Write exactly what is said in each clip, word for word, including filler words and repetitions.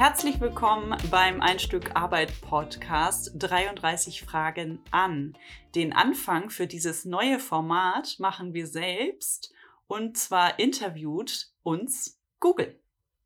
Herzlich willkommen beim Ein Stück Arbeit Podcast dreiunddreißig Fragen an. Den Anfang für dieses neue Format machen wir selbst und zwar interviewt uns Google.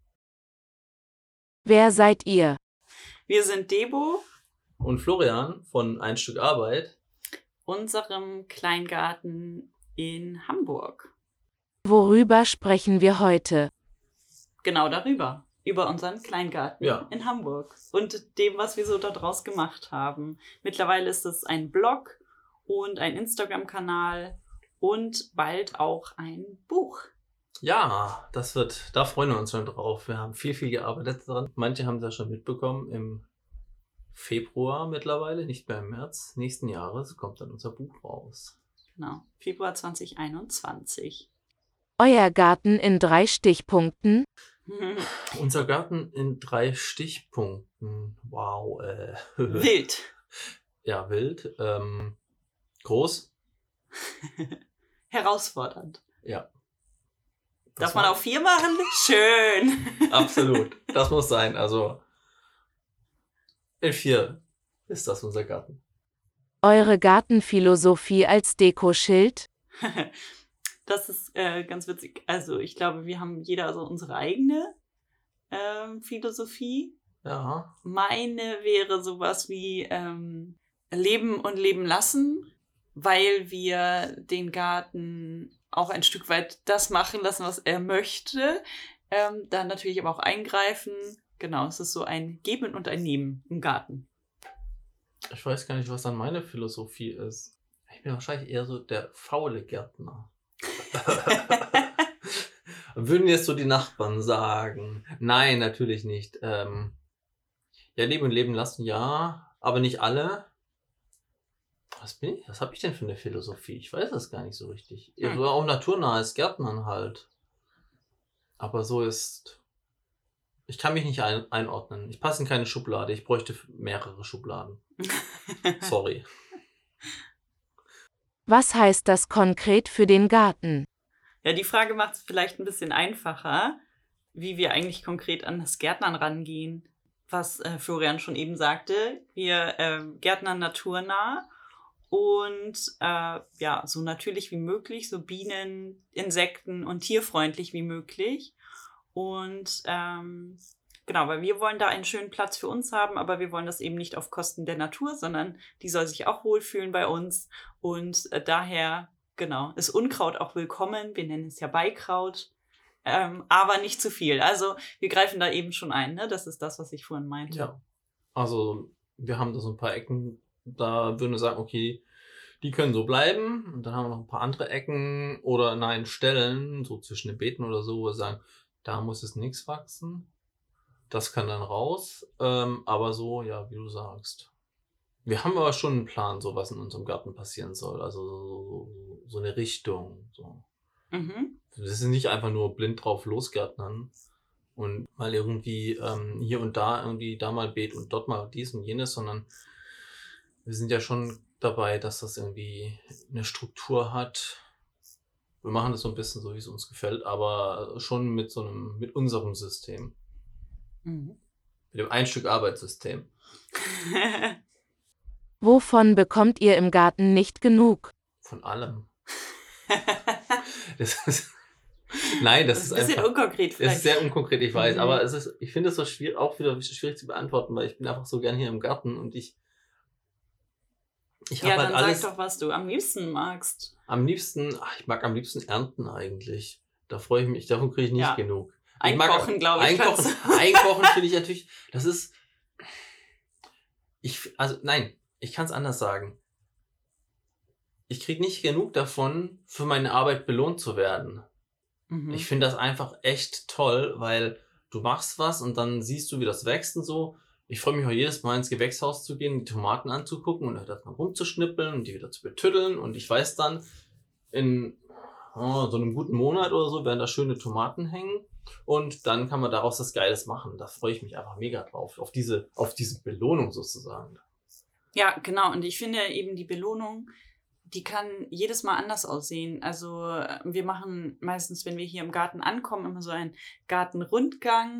Wer seid ihr? Wir sind Debo und Florian von Ein Stück Arbeit, unserem Kleingarten in Hamburg. Worüber sprechen wir heute? Genau darüber. Über unseren Kleingarten ja. in Hamburg und dem, was wir so daraus gemacht haben. Mittlerweile ist es ein Blog und ein Instagram-Kanal und bald auch ein Buch. Ja, das wird, da freuen wir uns schon drauf. Wir haben viel, viel gearbeitet daran. Manche haben es ja schon mitbekommen. Im Februar mittlerweile, nicht mehr im März nächsten Jahres, kommt dann unser Buch raus. Genau, Februar zwanzig einundzwanzig. Euer Garten in drei Stichpunkten? Unser Garten in drei Stichpunkten. Wow. Äh. Wild. Ja, wild. Ähm, groß. Herausfordernd. Ja. Das Darf man auch vier machen? Schön. Absolut. Das muss sein. Also in vier ist das unser Garten. Eure Gartenphilosophie als Dekoschild? Das ist äh, ganz witzig. Also ich glaube, wir haben jeder so unsere eigene ähm, Philosophie. Ja. Meine wäre sowas wie ähm, Leben und Leben lassen, weil wir den Garten auch ein Stück weit das machen lassen, was er möchte. Ähm, dann natürlich aber auch eingreifen. Genau, es ist so ein Geben und ein Nehmen im Garten. Ich weiß gar nicht, was dann meine Philosophie ist. Ich bin wahrscheinlich eher so der faule Gärtner. Würden jetzt so die Nachbarn sagen? Nein, natürlich nicht. Ähm, ja, leben und leben lassen, ja, aber nicht alle. Was bin ich? Was habe ich denn für eine Philosophie? Ich weiß das gar nicht so richtig. Hm. Also auch naturnahes Gärtnern halt. Aber so ist... Ich kann mich nicht ein- einordnen. Ich passe in keine Schublade. Ich bräuchte mehrere Schubladen. Sorry. Was heißt das konkret für den Garten? Ja, die Frage macht es vielleicht ein bisschen einfacher, wie wir eigentlich konkret an das Gärtnern rangehen. Was äh, Florian schon eben sagte, wir äh, gärtnern naturnah und äh, ja, so natürlich wie möglich, so Bienen, Insekten und tierfreundlich wie möglich. Und ähm, genau, weil wir wollen da einen schönen Platz für uns haben, aber wir wollen das eben nicht auf Kosten der Natur, sondern die soll sich auch wohlfühlen bei uns. Und äh, daher, genau, ist Unkraut auch willkommen. Wir nennen es ja Beikraut, ähm, aber nicht zu viel. Also wir greifen da eben schon ein, ne? Das ist das, was ich vorhin meinte. Ja, also wir haben da so ein paar Ecken, da würden wir sagen, okay, die können so bleiben. Und dann haben wir noch ein paar andere Ecken oder nein, Stellen, so zwischen den Beeten oder so, wo wir sagen, da muss es nichts wachsen. Das kann dann raus. Ähm, aber so, ja, wie du sagst. Wir haben aber schon einen Plan, so was in unserem Garten passieren soll. Also so, so eine Richtung. So. Mhm. Das ist nicht einfach nur blind drauf losgärtnern und mal irgendwie ähm, hier und da irgendwie da mal Beet und dort mal dies und jenes, sondern wir sind ja schon dabei, dass das irgendwie eine Struktur hat. Wir machen das so ein bisschen so, wie es uns gefällt, aber schon mit so einem, mit unserem System. Mhm. Mit dem Ein-Stück-Arbeitssystem. Wovon bekommt ihr im Garten nicht genug? Von allem. Das ist, nein, das, das ist ist ein bisschen einfach, unkonkret vielleicht. Das ist sehr unkonkret, ich weiß, mhm. aber es ist, ich finde es so schwierig, auch wieder schwierig zu beantworten, weil ich bin einfach so gern hier im Garten und ich Ich ja, halt dann alles, sag doch, was du am liebsten magst. Am liebsten, ach, ich mag am liebsten ernten eigentlich. Da freue ich mich, davon kriege ich nicht ja. genug. Einkochen, glaube ich. Einkochen, einkochen finde ich natürlich, das ist, ich, also nein, ich kann es anders sagen. Ich kriege nicht genug davon, für meine Arbeit belohnt zu werden. Mhm. Ich finde das einfach echt toll, weil du machst was und dann siehst du, wie das wächst und so. Ich freue mich auch jedes Mal ins Gewächshaus zu gehen, die Tomaten anzugucken und da dann rumzuschnippeln und die wieder zu betüddeln. Und ich weiß dann, in oh, so einem guten Monat oder so werden da schöne Tomaten hängen. Und dann kann man daraus was Geiles machen. Da freue ich mich einfach mega drauf. Auf diese, auf diese Belohnung sozusagen. Ja, genau. Und ich finde eben die Belohnung, die kann jedes Mal anders aussehen. Also wir machen meistens, wenn wir hier im Garten ankommen, immer so einen Gartenrundgang.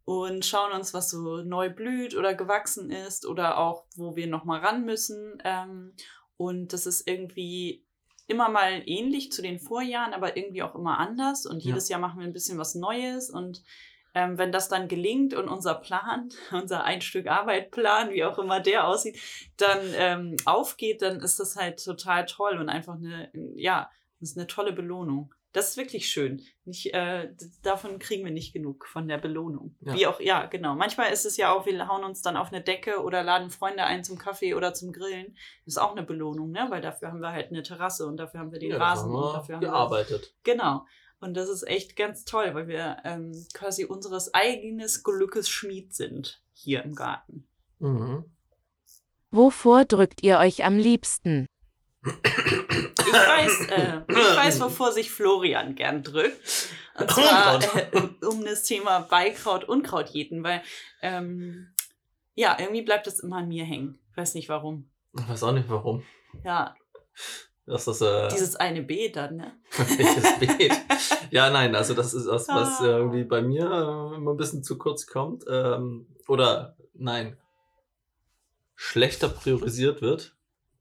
und schauen uns, was so neu blüht oder gewachsen ist oder auch, wo wir nochmal ran müssen. Ähm, und das ist irgendwie immer mal ähnlich zu den Vorjahren, aber irgendwie auch immer anders. Und jedes ja. Jahr machen wir ein bisschen was Neues. Und ähm, wenn das dann gelingt und unser Plan, unser ein Stück Arbeit-Plan, wie auch immer der aussieht, dann ähm, aufgeht, dann ist das halt total toll und einfach eine, ja, das ist eine tolle Belohnung. Das ist wirklich schön. Nicht, äh, davon kriegen wir nicht genug, von der Belohnung. Ja. Wie auch, ja, genau. Manchmal ist es ja auch, wir hauen uns dann auf eine Decke oder laden Freunde ein zum Kaffee oder zum Grillen. Das ist auch eine Belohnung, ne? Weil dafür haben wir halt eine Terrasse und dafür haben wir den ja, Rasen. Haben wir und dafür haben gearbeitet. Wir, genau. Und das ist echt ganz toll, weil wir ähm, quasi unseres eigenes Glückes Schmied sind hier im Garten. Mhm. Wovor drückt ihr euch am liebsten? Ich weiß, äh, ich weiß, wovor sich Florian gern drückt. Und zwar äh, um das Thema Beikraut, Unkraut jäten, weil ähm, ja, irgendwie bleibt das immer an mir hängen. Ich weiß nicht warum. Ich weiß auch nicht warum. Ja. Das ist, äh, Dieses eine Beet dann, ne? Welches Beet? Ja, nein, also das ist was, was irgendwie bei mir äh, immer ein bisschen zu kurz kommt. Ähm, oder nein, schlechter priorisiert wird.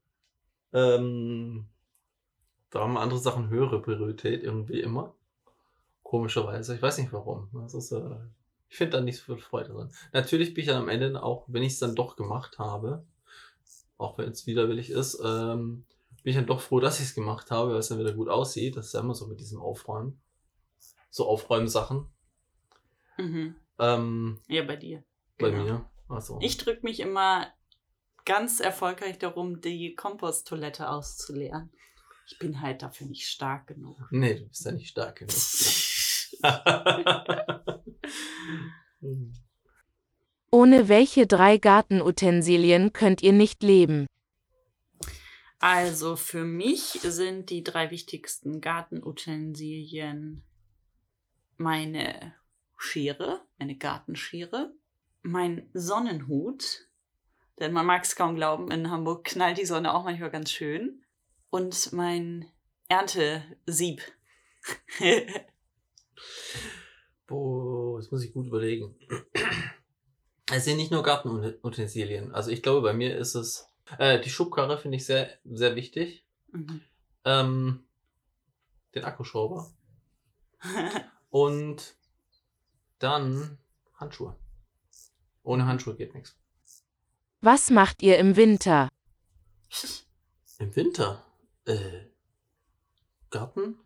Ähm, da haben andere Sachen höhere Priorität irgendwie immer. Komischerweise. Ich weiß nicht warum. Das ist, äh, ich finde da nicht so viel Freude dran. Natürlich bin ich dann am Ende auch, wenn ich es dann doch gemacht habe, auch wenn es widerwillig ist, ähm, bin ich dann doch froh, dass ich es gemacht habe, weil es dann wieder gut aussieht. Das ist ja immer so mit diesem Aufräumen. So Aufräumsachen. Mhm. Ähm, ja, bei dir. Bei genau. mir. Also. Ich drücke mich immer ganz erfolgreich darum, die Komposttoilette auszuleeren. Ich bin halt dafür nicht stark genug. Nee, du bist ja nicht stark genug. Ohne welche drei Gartenutensilien könnt ihr nicht leben? Also für mich sind die drei wichtigsten Gartenutensilien meine Schere, meine Gartenschere, mein Sonnenhut, denn man mag es kaum glauben, in Hamburg knallt die Sonne auch manchmal ganz schön, und mein Erntesieb. Boah, das muss ich gut überlegen. Es sind nicht nur Gartenutensilien. Also ich glaube, bei mir ist es äh, die Schubkarre finde ich sehr, sehr wichtig. Mhm. Ähm, den Akkuschrauber. Und dann Handschuhe. Ohne Handschuhe geht nichts. Was macht ihr im Winter? Im Winter? Äh, Garten?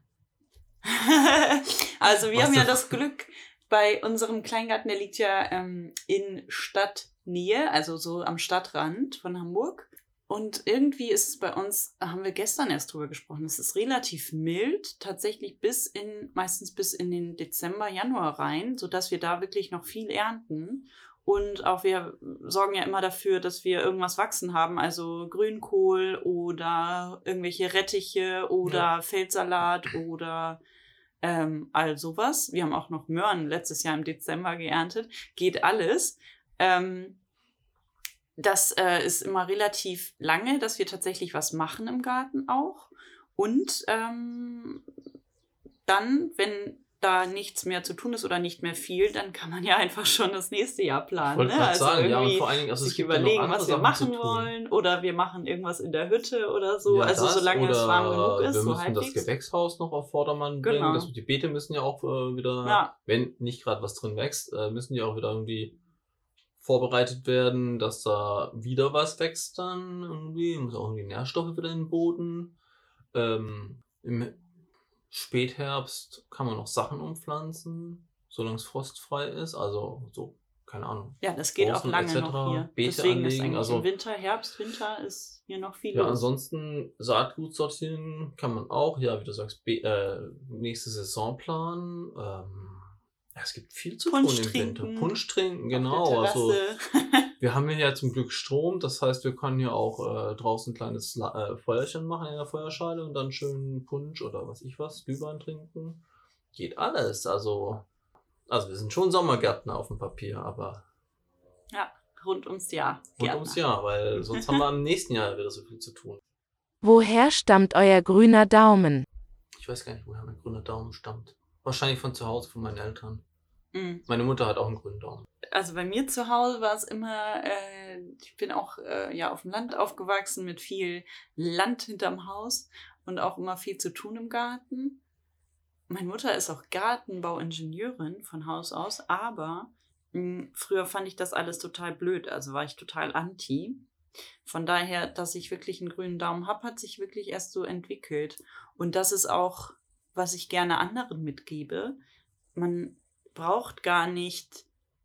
Also wir Was haben ja der- das Glück, bei unserem Kleingarten, der liegt ja ähm, in Stadtnähe, also so am Stadtrand von Hamburg. Und irgendwie ist es bei uns, haben wir gestern erst drüber gesprochen, es ist relativ mild, tatsächlich bis in, meistens bis in den Dezember, Januar rein, sodass wir da wirklich noch viel ernten. Und auch wir sorgen ja immer dafür, dass wir irgendwas wachsen haben, also Grünkohl oder irgendwelche Rettiche oder Ja. Feldsalat oder ähm, all sowas. Wir haben auch noch Möhren letztes Jahr im Dezember geerntet. Geht alles. Ähm, das äh, ist immer relativ lange, dass wir tatsächlich was machen im Garten auch. Und ähm, dann, wenn da nichts mehr zu tun ist oder nicht mehr viel, dann kann man ja einfach schon das nächste Jahr planen. Ich wollte Ne? gerade Also sagen, ja, und irgendwie vor allen Dingen, also es sich gibt ja noch überlegen, andere was wir Sachen machen zu tun. wollen. Oder wir machen irgendwas in der Hütte oder so. Ja, also das, solange es oder warm genug ist, wir so müssen das halbwegs. Gewächshaus noch auf Vordermann bringen. Genau. Das, die Beete müssen ja auch äh, wieder, Ja. wenn nicht gerade was drin wächst, äh, müssen die auch wieder irgendwie vorbereitet werden, dass da wieder was wächst dann irgendwie. Muss auch irgendwie Nährstoffe wieder in den Boden. Ähm, Im Spätherbst kann man noch Sachen umpflanzen, solange es frostfrei ist. Also so, keine Ahnung. Ja, das geht auch Rosen lange et cetera, noch hier. Beete Deswegen ist anlegen, eigentlich also- im Winter, Herbst, Winter ist hier noch viel Ja, los. ansonsten Saatgut sortieren kann man auch. Ja, wie du sagst, Be äh, nächste Saison planen. Ähm, ja, es gibt viel zu Punsch tun im trinken. Winter. Punsch trinken, Auf genau. der Also Terrasse. wir haben hier ja zum Glück Strom. Das heißt, wir können hier auch äh, draußen ein kleines La äh, Feuerchen machen in der Feuerschale und dann schön Punsch oder was ich was, Glühwein trinken. Geht alles. Also, also wir sind schon Sommergärtner auf dem Papier, aber Ja, rund ums Jahr. rund Gärtner. ums Jahr, weil sonst haben wir im nächsten Jahr wieder so viel zu tun. Woher stammt euer grüner Daumen? Ich weiß gar nicht, woher mein grüner Daumen stammt. Wahrscheinlich von zu Hause, von meinen Eltern. Mhm. Meine Mutter hat auch einen grünen Daumen. Also bei mir zu Hause war es immer, äh, ich bin auch äh, ja auf dem Land aufgewachsen mit viel Land hinterm Haus und auch immer viel zu tun im Garten. Meine Mutter ist auch Gartenbauingenieurin von Haus aus, aber mh, früher fand ich das alles total blöd, also war ich total anti. Von daher, dass ich wirklich einen grünen Daumen habe, hat sich wirklich erst so entwickelt. Und das ist auch, was ich gerne anderen mitgebe. Man braucht gar nicht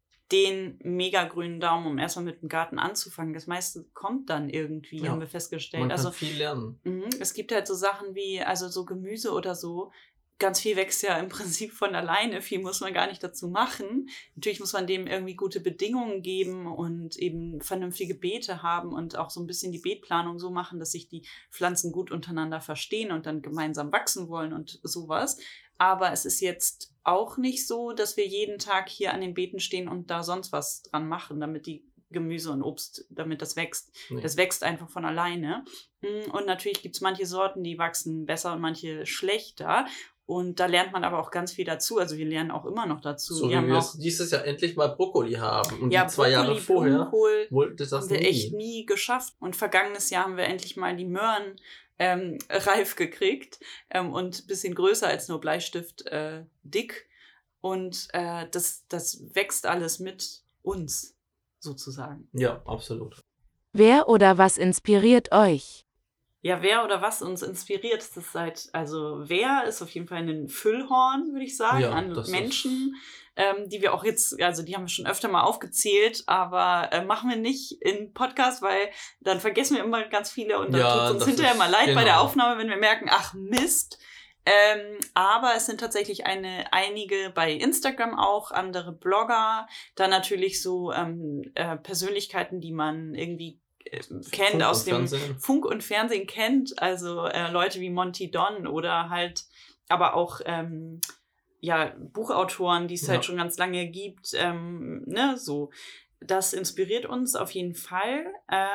den mega grünen Daumen, um erstmal mit dem Garten anzufangen. Das meiste kommt dann irgendwie, Ja, haben wir festgestellt. Man kann also viel lernen. mh, es gibt halt so Sachen wie, also so Gemüse oder so. Ganz viel wächst ja im Prinzip von alleine. Viel muss man gar nicht dazu machen. Natürlich muss man dem irgendwie gute Bedingungen geben und eben vernünftige Beete haben und auch so ein bisschen die Beetplanung so machen, dass sich die Pflanzen gut untereinander verstehen und dann gemeinsam wachsen wollen und sowas. Aber es ist jetzt auch nicht so, dass wir jeden Tag hier an den Beeten stehen und da sonst was dran machen, damit die Gemüse und Obst, damit das wächst. Nee. Das wächst einfach von alleine. Und natürlich gibt es manche Sorten, die wachsen besser und manche schlechter. Und da lernt man aber auch ganz viel dazu. Also wir lernen auch immer noch dazu. So wir wie wir auch, es dieses Jahr endlich mal Brokkoli haben. Und ja, die zwei Brokkoli, Jahre vorher Blumenkohl wollte das haben wir nie. echt nie geschafft. Und vergangenes Jahr haben wir endlich mal die Möhren ähm, reif gekriegt ähm, und ein bisschen größer als nur Bleistift äh, dick. Und äh, das, das wächst alles mit uns, sozusagen. Ja, absolut. Wer oder was inspiriert euch? Ja, wer oder was uns inspiriert, das ist halt, also wer ist auf jeden Fall ein Füllhorn, würde ich sagen, Ja, an das Menschen, ähm, die wir auch jetzt, also die haben wir schon öfter mal aufgezählt, aber äh, machen wir nicht in Podcast, weil dann vergessen wir immer ganz viele und dann Ja, tut es uns das hinterher ist- mal leid bei der genau. Aufnahme, wenn wir merken, ach Mist. Ähm, aber es sind tatsächlich eine, einige bei Instagram auch, andere Blogger, dann natürlich so ähm, äh, Persönlichkeiten, die man irgendwie äh, kennt Funk aus und dem Fernsehen. Funk und Fernsehen kennt, also äh, Leute wie Monty Don oder halt, aber auch ähm, ja, Buchautoren, die es Ja. halt schon ganz lange gibt, ähm, ne, so. Das inspiriert uns auf jeden Fall.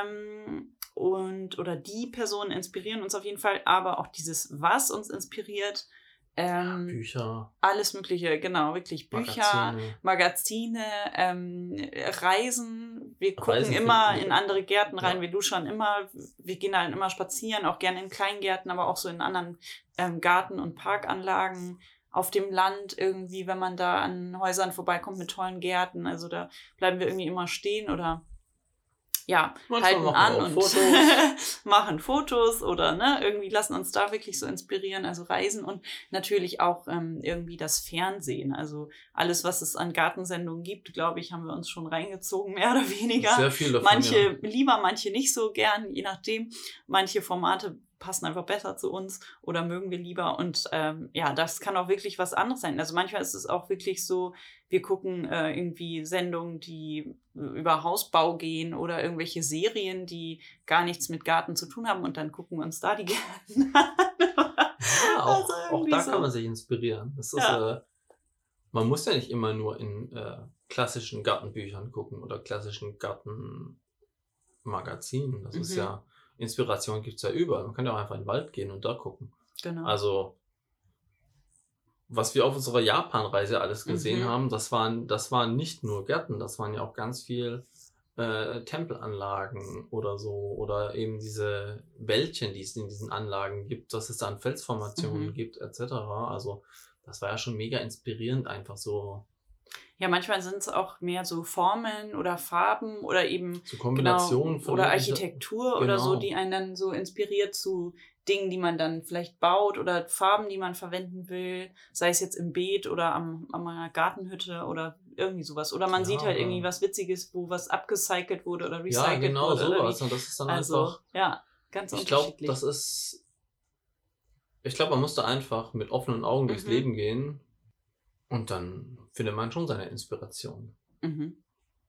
Ähm, und, oder die Personen inspirieren uns auf jeden Fall, aber auch dieses, was uns inspiriert, ähm, Bücher, alles Mögliche, genau, wirklich Bücher, Magazine. Magazine, ähm, Reisen. Wir gucken Reisen immer finden wir- in andere Gärten rein, Ja. wir luschern immer, wir gehen dann immer spazieren, auch gerne in Kleingärten, aber auch so in anderen ähm, Garten- und Parkanlagen. Auf dem Land irgendwie, wenn man da an Häusern vorbeikommt mit tollen Gärten. Also da bleiben wir irgendwie immer stehen oder ja, Manchmal halten machen wir an auch und Fotos. machen Fotos oder ne, irgendwie lassen uns da wirklich so inspirieren, also reisen und natürlich auch ähm, irgendwie das Fernsehen. Also alles, was es an Gartensendungen gibt, glaube ich, haben wir uns schon reingezogen, mehr oder weniger. Sehr viel davon, Manche ja. lieber, manche nicht so gern, je nachdem. Manche Formate passen einfach besser zu uns oder mögen wir lieber. Und ähm, ja, das kann auch wirklich was anderes sein. Also manchmal ist es auch wirklich so, wir gucken äh, irgendwie Sendungen, die über Hausbau gehen oder irgendwelche Serien, die gar nichts mit Garten zu tun haben und dann gucken wir uns da die Gärten an. Ja, auch, Also auch irgendwie da so. kann man sich inspirieren. Das ist, Ja. äh, man muss ja nicht immer nur in äh, klassischen Gartenbüchern gucken oder klassischen Gartenmagazinen. Das ist Mhm. ja, Inspiration gibt es ja überall. Man kann ja auch einfach in den Wald gehen und da gucken. Genau. Also, was wir auf unserer Japan-Reise alles gesehen Mhm. haben, das waren, das waren nicht nur Gärten, das waren ja auch ganz viel äh, Tempelanlagen oder so. Oder eben diese Wäldchen, die es in diesen Anlagen gibt, dass es da an Felsformationen Mhm. gibt, et cetera. Also, das war ja schon mega inspirierend, einfach so Ja, manchmal sind es auch mehr so Formeln oder Farben oder eben zur Kombination genau, von oder möglicher- Architektur oder so, Genau. die einen dann so inspiriert zu Dingen, die man dann vielleicht baut oder Farben, die man verwenden will, sei es jetzt im Beet oder am, an einer Gartenhütte oder irgendwie sowas. Oder man Ja, sieht halt oder- irgendwie was Witziges, wo was abgecycelt wurde oder Ja, recycelt genau wurde. oder sowas. wie. Und das ist dann Also, einfach. ja, ganz Ich glaube, unterschiedlich. das ist. Ich glaube, man muss da einfach mit offenen Augen durchs Mhm. Leben gehen und dann findet man schon seine Inspiration. Mhm.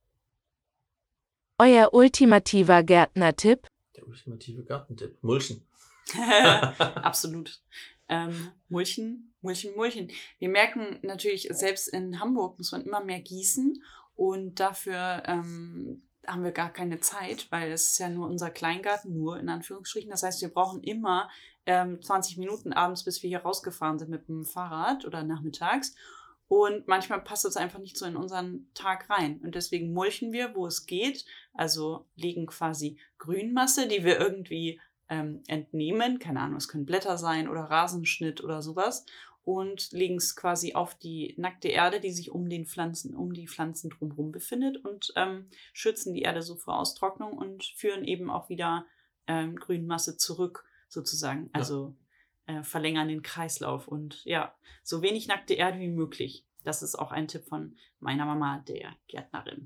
Euer ultimativer Gärtnertipp? Der ultimative Gartentipp. Mulchen. Absolut. Ähm, Mulchen, Mulchen, Mulchen. Wir merken natürlich, selbst in Hamburg muss man immer mehr gießen und dafür ähm, haben wir gar keine Zeit, weil es ist ja nur unser Kleingarten, nur in Anführungsstrichen. Das heißt, wir brauchen immer ähm, zwanzig Minuten abends, bis wir hier rausgefahren sind mit dem Fahrrad oder nachmittags. Und manchmal passt es einfach nicht so in unseren Tag rein. Und deswegen mulchen wir, wo es geht. Also legen quasi Grünmasse, die wir irgendwie ähm, entnehmen. Keine Ahnung, es können Blätter sein oder Rasenschnitt oder sowas. Und legen es quasi auf die nackte Erde, die sich um den Pflanzen, um die Pflanzen drumherum befindet. Und ähm, schützen die Erde so vor Austrocknung und führen eben auch wieder ähm, Grünmasse zurück, sozusagen. Also Äh, verlängern den Kreislauf und ja, so wenig nackte Erde wie möglich. Das ist auch ein Tipp von meiner Mama, der Gärtnerin.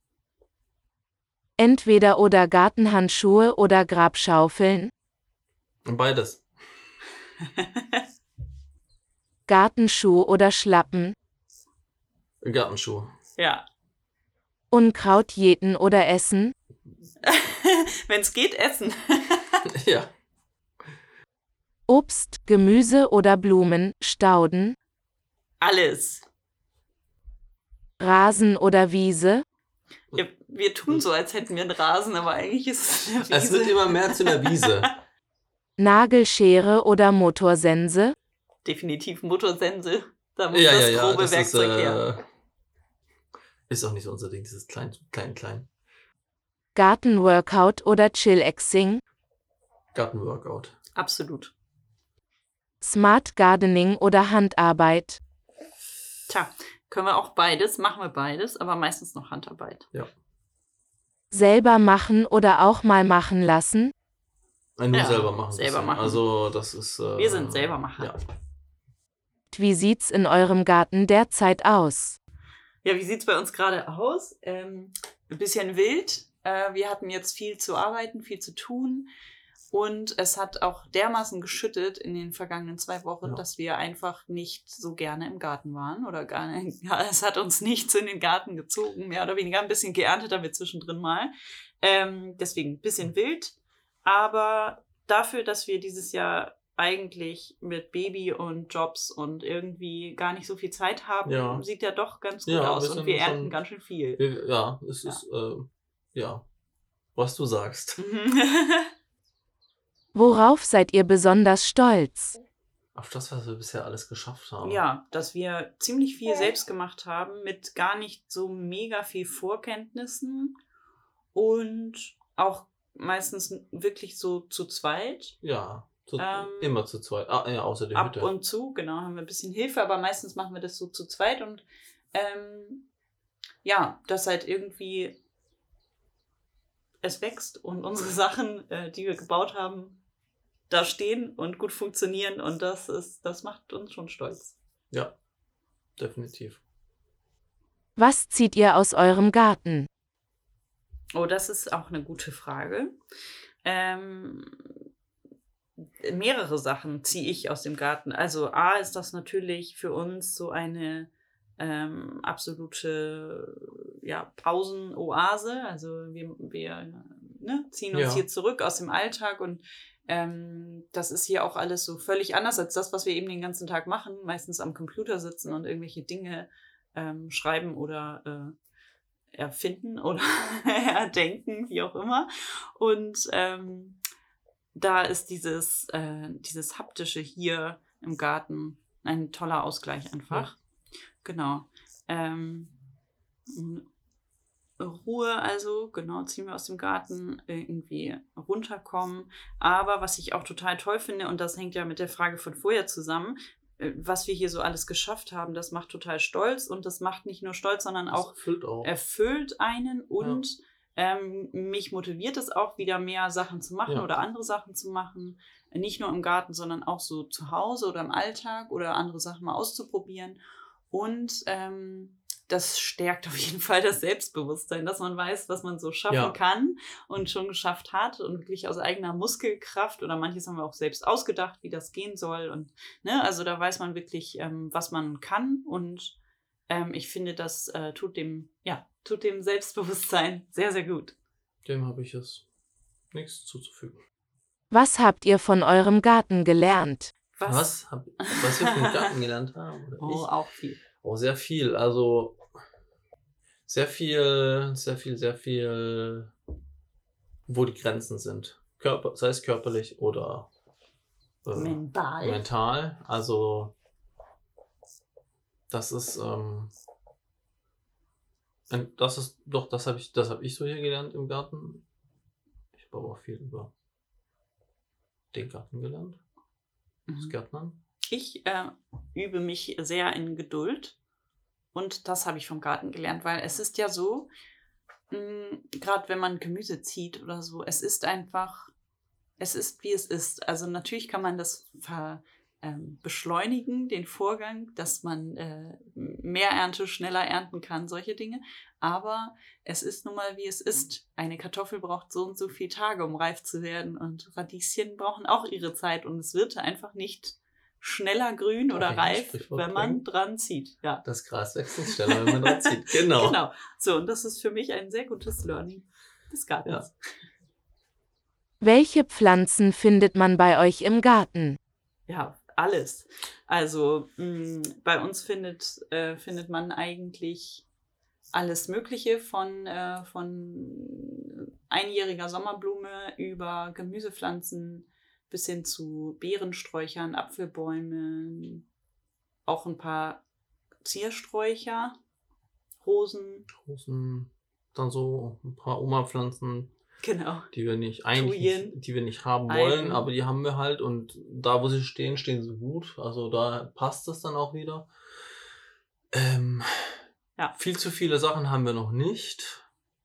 Entweder oder Gartenhandschuhe oder Grabschaufeln? Beides. Gartenschuh oder Schlappen? Gartenschuh. Ja. Unkraut jäten oder essen? Wenn es geht, essen. Ja. Obst, Gemüse oder Blumen, Stauden? Alles. Rasen oder Wiese? Ja, wir tun so, als hätten wir einen Rasen, aber eigentlich ist es eine Wiese. Es wird immer mehr zu einer Wiese. Nagelschere oder Motorsense? Definitiv Motorsense. Da muss Ja, das ja, ja. grobe Das Werkzeug ist, äh, her. ist auch nicht so unser Ding, dieses klein, klein, klein. Gartenworkout oder Chillaxing? Gartenworkout. Absolut. Smart Gardening oder Handarbeit? Tja, können wir auch beides, machen wir beides, aber meistens noch Handarbeit. Ja. Selber machen oder auch mal machen lassen? Nur Ja, selber machen. selber bisschen. machen. Also das ist... Äh, Wir sind selber machen. Ja. Wie sieht's in eurem Garten derzeit aus? Ja, wie sieht es bei uns gerade aus? Ähm, ein bisschen wild. Äh, wir hatten jetzt viel zu arbeiten, viel zu tun. Und es hat auch dermaßen geschüttet in den vergangenen zwei Wochen, Ja. dass wir einfach nicht so gerne im Garten waren. Oder gar nicht, ja, es hat uns nichts in den Garten gezogen, mehr oder weniger. Ein bisschen geerntet haben wir zwischendrin mal. Ähm, deswegen ein bisschen wild. Aber dafür, dass wir dieses Jahr eigentlich mit Baby und Jobs und irgendwie gar nicht so viel Zeit haben, Ja. sieht ja doch ganz gut Ja, aus. wir Und sind wir schon- ernten ganz schön viel. Wir- Ja, es Ja. ist... Äh, ja, was du sagst. Worauf seid ihr besonders stolz? Auf das, was wir bisher alles geschafft haben. Ja, dass wir ziemlich viel selbst gemacht haben mit gar nicht so mega viel Vorkenntnissen und auch meistens wirklich so zu zweit. Ja, zu, Ähm, immer zu zweit. Ah, ja, außer der Ab Hütte. und zu, genau, haben wir ein bisschen Hilfe, aber meistens machen wir das so zu zweit und ähm, ja, dass halt irgendwie es wächst und unsere Sachen, äh, die wir gebaut haben, da stehen und gut funktionieren und das ist, das macht uns schon stolz. Ja, definitiv. Was zieht ihr aus eurem Garten? Oh, das ist auch eine gute Frage. Ähm, mehrere Sachen ziehe ich aus dem Garten. Also A ist das natürlich für uns so eine ähm, absolute ja, Pausenoase. Also wir, wir ne, ziehen uns Ja. hier zurück aus dem Alltag und ähm, das ist hier auch alles so völlig anders als das, was wir eben den ganzen Tag machen. Meistens am Computer sitzen und irgendwelche Dinge ähm, schreiben oder äh, erfinden oder erdenken, wie auch immer. Und ähm, da ist dieses, äh, dieses haptische hier im Garten ein toller Ausgleich einfach. Genau. Ähm, Ruhe also, genau, ziehen wir aus dem Garten, irgendwie runterkommen. Aber was ich auch total toll finde, und das hängt ja mit der Frage von vorher zusammen, äh, was wir hier so alles geschafft haben, das macht total stolz und das macht nicht nur stolz, sondern auch Das erfüllt auch. erfüllt einen und ähm, mich motiviert es auch wieder mehr Sachen zu machen Ja. oder andere Sachen zu machen. Nicht nur im Garten, sondern auch so zu Hause oder im Alltag oder andere Sachen mal auszuprobieren. Und ähm, das stärkt auf jeden Fall das Selbstbewusstsein, dass man weiß, was man so schaffen Ja. kann und schon geschafft hat und wirklich aus eigener Muskelkraft oder manches haben wir auch selbst ausgedacht, wie das gehen soll. Und ne, also da weiß man wirklich, ähm, was man kann und ähm, ich finde, das äh, tut dem, ja, tut dem Selbstbewusstsein sehr, sehr gut. Dem habe ich jetzt nichts zuzufügen. Was habt ihr von eurem Garten gelernt? Was? Was, hab, was wir vom Garten gelernt haben? Oder Oh, ich? auch viel. Oh, sehr viel. Also sehr viel, sehr viel, sehr viel, wo die Grenzen sind. Körper, sei es körperlich oder äh, Mental. mental. Also Das ist, ähm, ein, das ist, doch, das habe ich, das habe ich so hier gelernt im Garten. Ich habe aber auch viel über den Garten gelernt. Das Mhm. Gärtnern. Ich äh, übe mich sehr in Geduld und das habe ich vom Garten gelernt, weil es ist ja so, gerade wenn man Gemüse zieht oder so, es ist einfach, es ist wie es ist. Also natürlich kann man das ver, ähm, beschleunigen, den Vorgang, dass man äh, mehr Ernte schneller ernten kann, solche Dinge. Aber es ist nun mal wie es ist. Eine Kartoffel braucht so und so viele Tage, um reif zu werden und Radieschen brauchen auch ihre Zeit und es wird einfach nicht schneller grün oder reif, wenn man dran zieht. Ja. Das Gras wächst nicht schneller, wenn man dran zieht. Genau. Genau. So, und das ist für mich ein sehr gutes Learning des Gartens. Ja. Welche Pflanzen findet man bei euch im Garten? Ja, alles. Also mh, bei uns findet, äh, findet man eigentlich alles Mögliche von, äh, von einjähriger Sommerblume über Gemüsepflanzen bis hin zu Beerensträuchern, Apfelbäumen, auch ein paar Ziersträucher, Rosen. Rosen, dann so ein paar Oma-Pflanzen, Genau. die wir nicht eigentlich Thujen, nicht, die wir nicht haben wollen, Algen. aber die haben wir halt und da, wo sie stehen, stehen sie gut. Also da passt das dann auch wieder. Ähm, ja. Viel zu viele Sachen haben wir noch nicht.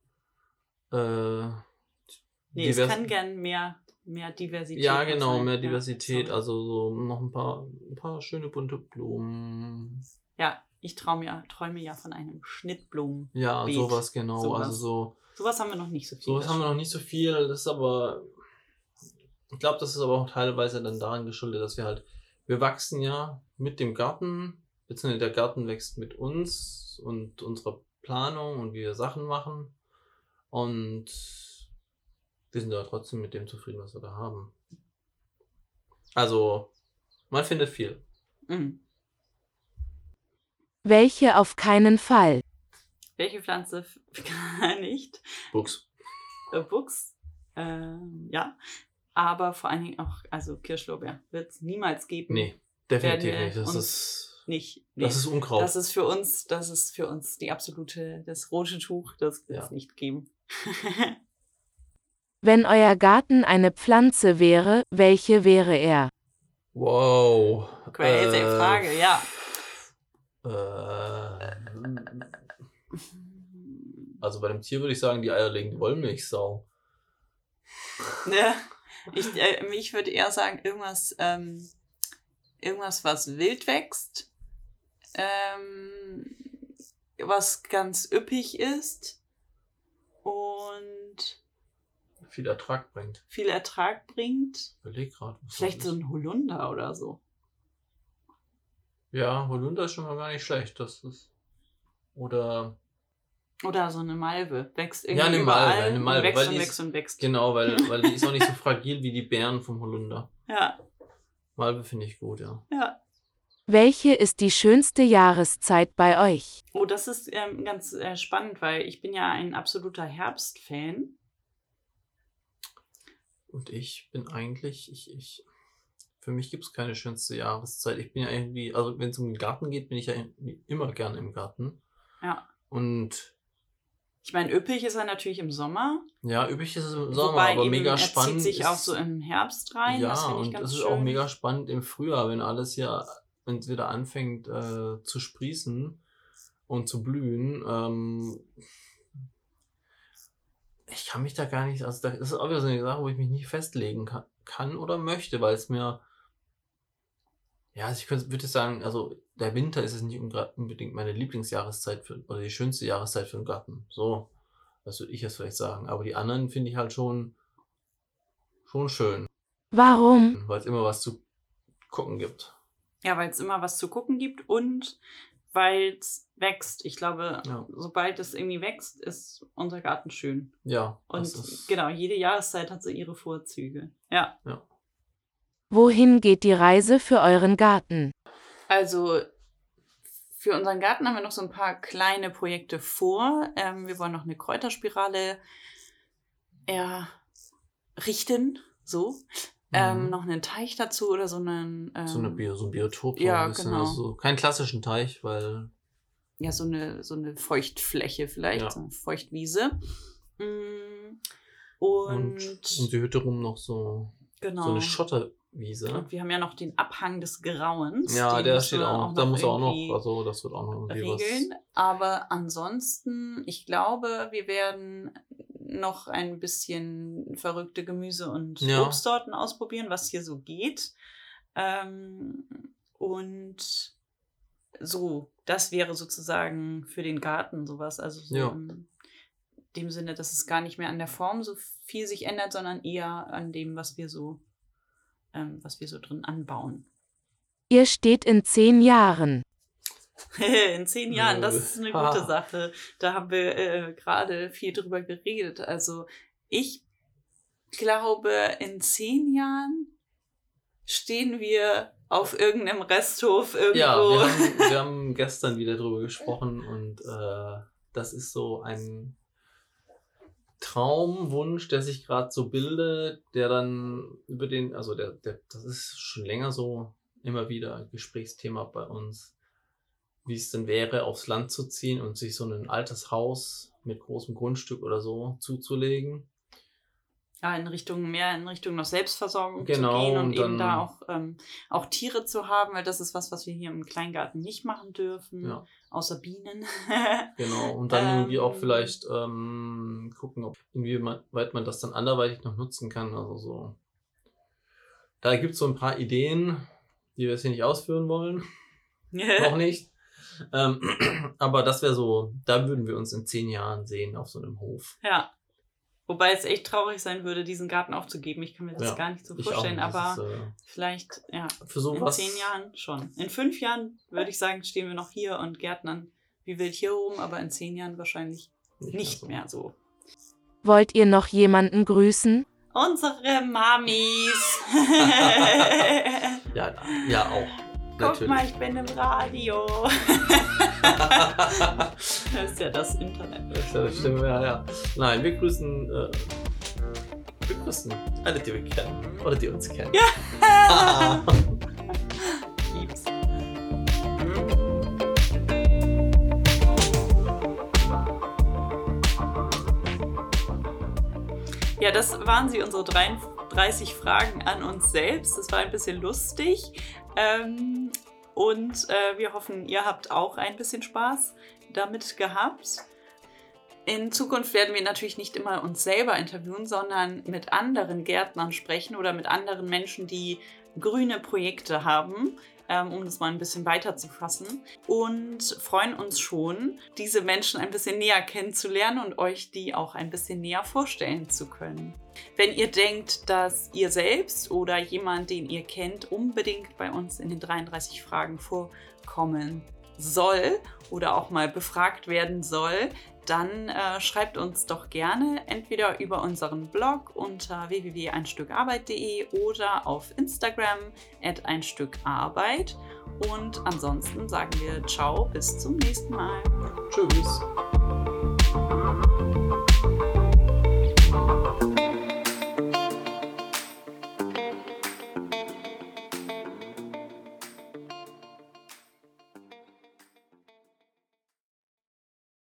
Äh, nee, es kann gern mehr, mehr Diversität Ja, genau, sein. mehr Diversität. Ja, also so noch ein paar, ein paar schöne bunte Blumen. Ja, ich träume ja, träume ja von einem Schnittblumen. Ja, Beet. sowas genau. Sowas. Also so. Sowas haben wir noch nicht so viel. Sowas haben wir noch nicht so viel. Das ist aber. Ich glaube, das ist aber auch teilweise dann daran geschuldet, dass wir halt. Wir wachsen ja mit dem Garten, beziehungsweise der Garten wächst mit uns und unserer Planung und wie wir Sachen machen. Und wir sind aber trotzdem mit dem zufrieden, was wir da haben. Also, man findet viel. Mhm. Welche auf keinen Fall? Welche Pflanze gar nicht? Buchs. Äh, Buchs, äh, ja. Aber vor allen Dingen auch, also Kirschlorbeer wird es niemals geben. Nee, definitiv nicht. Das ist, nicht. Nee, das ist Unkraut. Das ist für uns, das ist für uns die absolute, das rote Tuch, das wird es Ja. nicht geben. Wenn euer Garten eine Pflanze wäre, welche wäre er? Wow. Crazy äh, Frage, ja. Äh, also bei dem Tier würde ich sagen, die eierlegende Wollmilchsau. Ja, ich, äh, ich würde eher sagen, irgendwas, ähm, irgendwas, was wild wächst, ähm, was ganz üppig ist und viel Ertrag bringt. Viel Ertrag bringt. Überleg gerade. Vielleicht so ein Holunder oder so. Ja, Holunder ist schon mal gar nicht schlecht. Das ist. Oder. Oder so eine Malve. Wächst irgendwie ja, eine überall Malve, eine Malve, und wächst weil und die wächst ist, und wächst. Genau, weil, weil die ist auch nicht so fragil wie die Beeren vom Holunder. Ja. Malve finde ich gut, ja. Ja. Welche ist die schönste Jahreszeit bei euch? Oh, das ist ähm, ganz äh, spannend, weil ich bin ja ein absoluter Herbstfan. Und ich bin eigentlich, ich, ich, für mich gibt es keine schönste Jahreszeit. Ich bin ja irgendwie, also wenn es um den Garten geht, bin ich ja immer gerne im Garten. Ja. Und ich meine, üppig ist er natürlich im Sommer. Ja, üppig ist es im Sommer, Wobei aber eben, mega er spannend. Er zieht sich ist, auch so im Herbst rein. Ja, das ich und ganz es ist schön. auch mega spannend im Frühjahr, wenn alles hier, wenn es wieder anfängt äh, zu sprießen und zu blühen. Ähm, ich kann mich da gar nicht, also das ist auch wieder so eine Sache, wo ich mich nicht festlegen kann, kann oder möchte, weil es mir, ja, also ich könnte, würde sagen, also der Winter ist es nicht unbedingt meine Lieblingsjahreszeit für, oder die schönste Jahreszeit für den Garten. So, das würde ich jetzt vielleicht sagen. Aber die anderen finde ich halt schon, schon schön. Warum? Weil es immer was zu gucken gibt. Ja, weil es immer was zu gucken gibt und weil es wächst. Ich glaube, ja. sobald es irgendwie wächst, ist unser Garten schön. Ja. Und ist genau, jede Jahreszeit hat so ihre Vorzüge. Ja. ja. Wohin geht die Reise für euren Garten? Also für unseren Garten haben wir noch so ein paar kleine Projekte vor. Ähm, wir wollen noch eine Kräuterspirale errichten. So. ähm, noch einen Teich dazu oder so einen... Ähm, so, eine Bio, so ein Biotop. So ja, ein bisschen. genau. Also keinen klassischen Teich, weil... Ja, so eine, so eine Feuchtfläche vielleicht, ja. so eine Feuchtwiese. Und, und um die Hütte rum noch so, genau. so eine Schotterwiese. Und wir haben ja noch den Abhang des Grauens. Ja, der steht auch noch. Da muss auch noch, also das wird auch noch regeln. Was. Aber ansonsten, ich glaube, wir werden noch ein bisschen verrückte Gemüse- und ja. Obstsorten ausprobieren, was hier so geht. Ähm, und so, das wäre sozusagen für den Garten sowas. Also so ja. in dem Sinne, dass es gar nicht mehr an der Form so viel sich ändert, sondern eher an dem, was wir so, ähm, was wir so drin anbauen. Ihr steht in zehn Jahren. In zehn Jahren, das ist eine gute Sache. Da haben wir äh, gerade viel drüber geredet. Also ich glaube, in zehn Jahren stehen wir auf irgendeinem Resthof irgendwo. Ja, wir haben, wir haben gestern wieder drüber gesprochen und äh, das ist so ein Traumwunsch, der sich gerade so bildet, der dann über den, also der, der, das ist schon länger so immer wieder ein Gesprächsthema bei uns, wie es denn wäre, aufs Land zu ziehen und sich so ein altes Haus mit großem Grundstück oder so zuzulegen. Ja, in Richtung, mehr in Richtung noch Selbstversorgung genau, zu gehen und, und eben da auch, ähm, auch Tiere zu haben, weil das ist was, was wir hier im Kleingarten nicht machen dürfen, ja. außer Bienen. Genau, und dann ähm, irgendwie auch vielleicht ähm, gucken, ob inwieweit man das dann anderweitig noch nutzen kann. Also so. Da gibt es so ein paar Ideen, die wir jetzt hier nicht ausführen wollen. Noch nicht. Ähm, aber das wäre so, da würden wir uns in zehn Jahren sehen auf so einem Hof. Ja. Wobei es echt traurig sein würde, diesen Garten aufzugeben. Ich kann mir das ja, gar nicht so vorstellen, nicht. aber ist, äh, vielleicht ja, für sowas in zehn Jahren schon. In fünf Jahren würde ich sagen, stehen wir noch hier und gärtnern wie wild hier rum, aber in zehn Jahren wahrscheinlich nicht, nicht mehr, so. mehr so. Wollt ihr noch jemanden grüßen? Unsere Mamis. ja, ja, auch. Guck Natürlich. mal, ich bin im Radio. Das ist ja das Internet. Das ist ja das Stimme, ja, ja. Nein, wir grüßen, äh, wir grüßen alle, die wir kennen. Oder die uns kennen. Ja. Lieb's. Ja, das waren sie, unsere dreiunddreißig Fragen an uns selbst. Das war ein bisschen lustig. Ähm, und äh, wir hoffen, ihr habt auch ein bisschen Spaß damit gehabt. In Zukunft werden wir natürlich nicht immer uns selber interviewen, sondern mit anderen Gärtnern sprechen oder mit anderen Menschen, die grüne Projekte haben, ähm, um das mal ein bisschen weiter zu fassen. Und freuen uns schon, diese Menschen ein bisschen näher kennenzulernen und euch die auch ein bisschen näher vorstellen zu können. Wenn ihr denkt, dass ihr selbst oder jemand, den ihr kennt, unbedingt bei uns in den dreiunddreißig Fragen vorkommen soll oder auch mal befragt werden soll, dann äh, schreibt uns doch gerne entweder über unseren Blog unter w w w punkt ein stück arbeit punkt de oder auf Instagram at ein Stück Arbeit. Und ansonsten sagen wir ciao, bis zum nächsten Mal. Tschüss.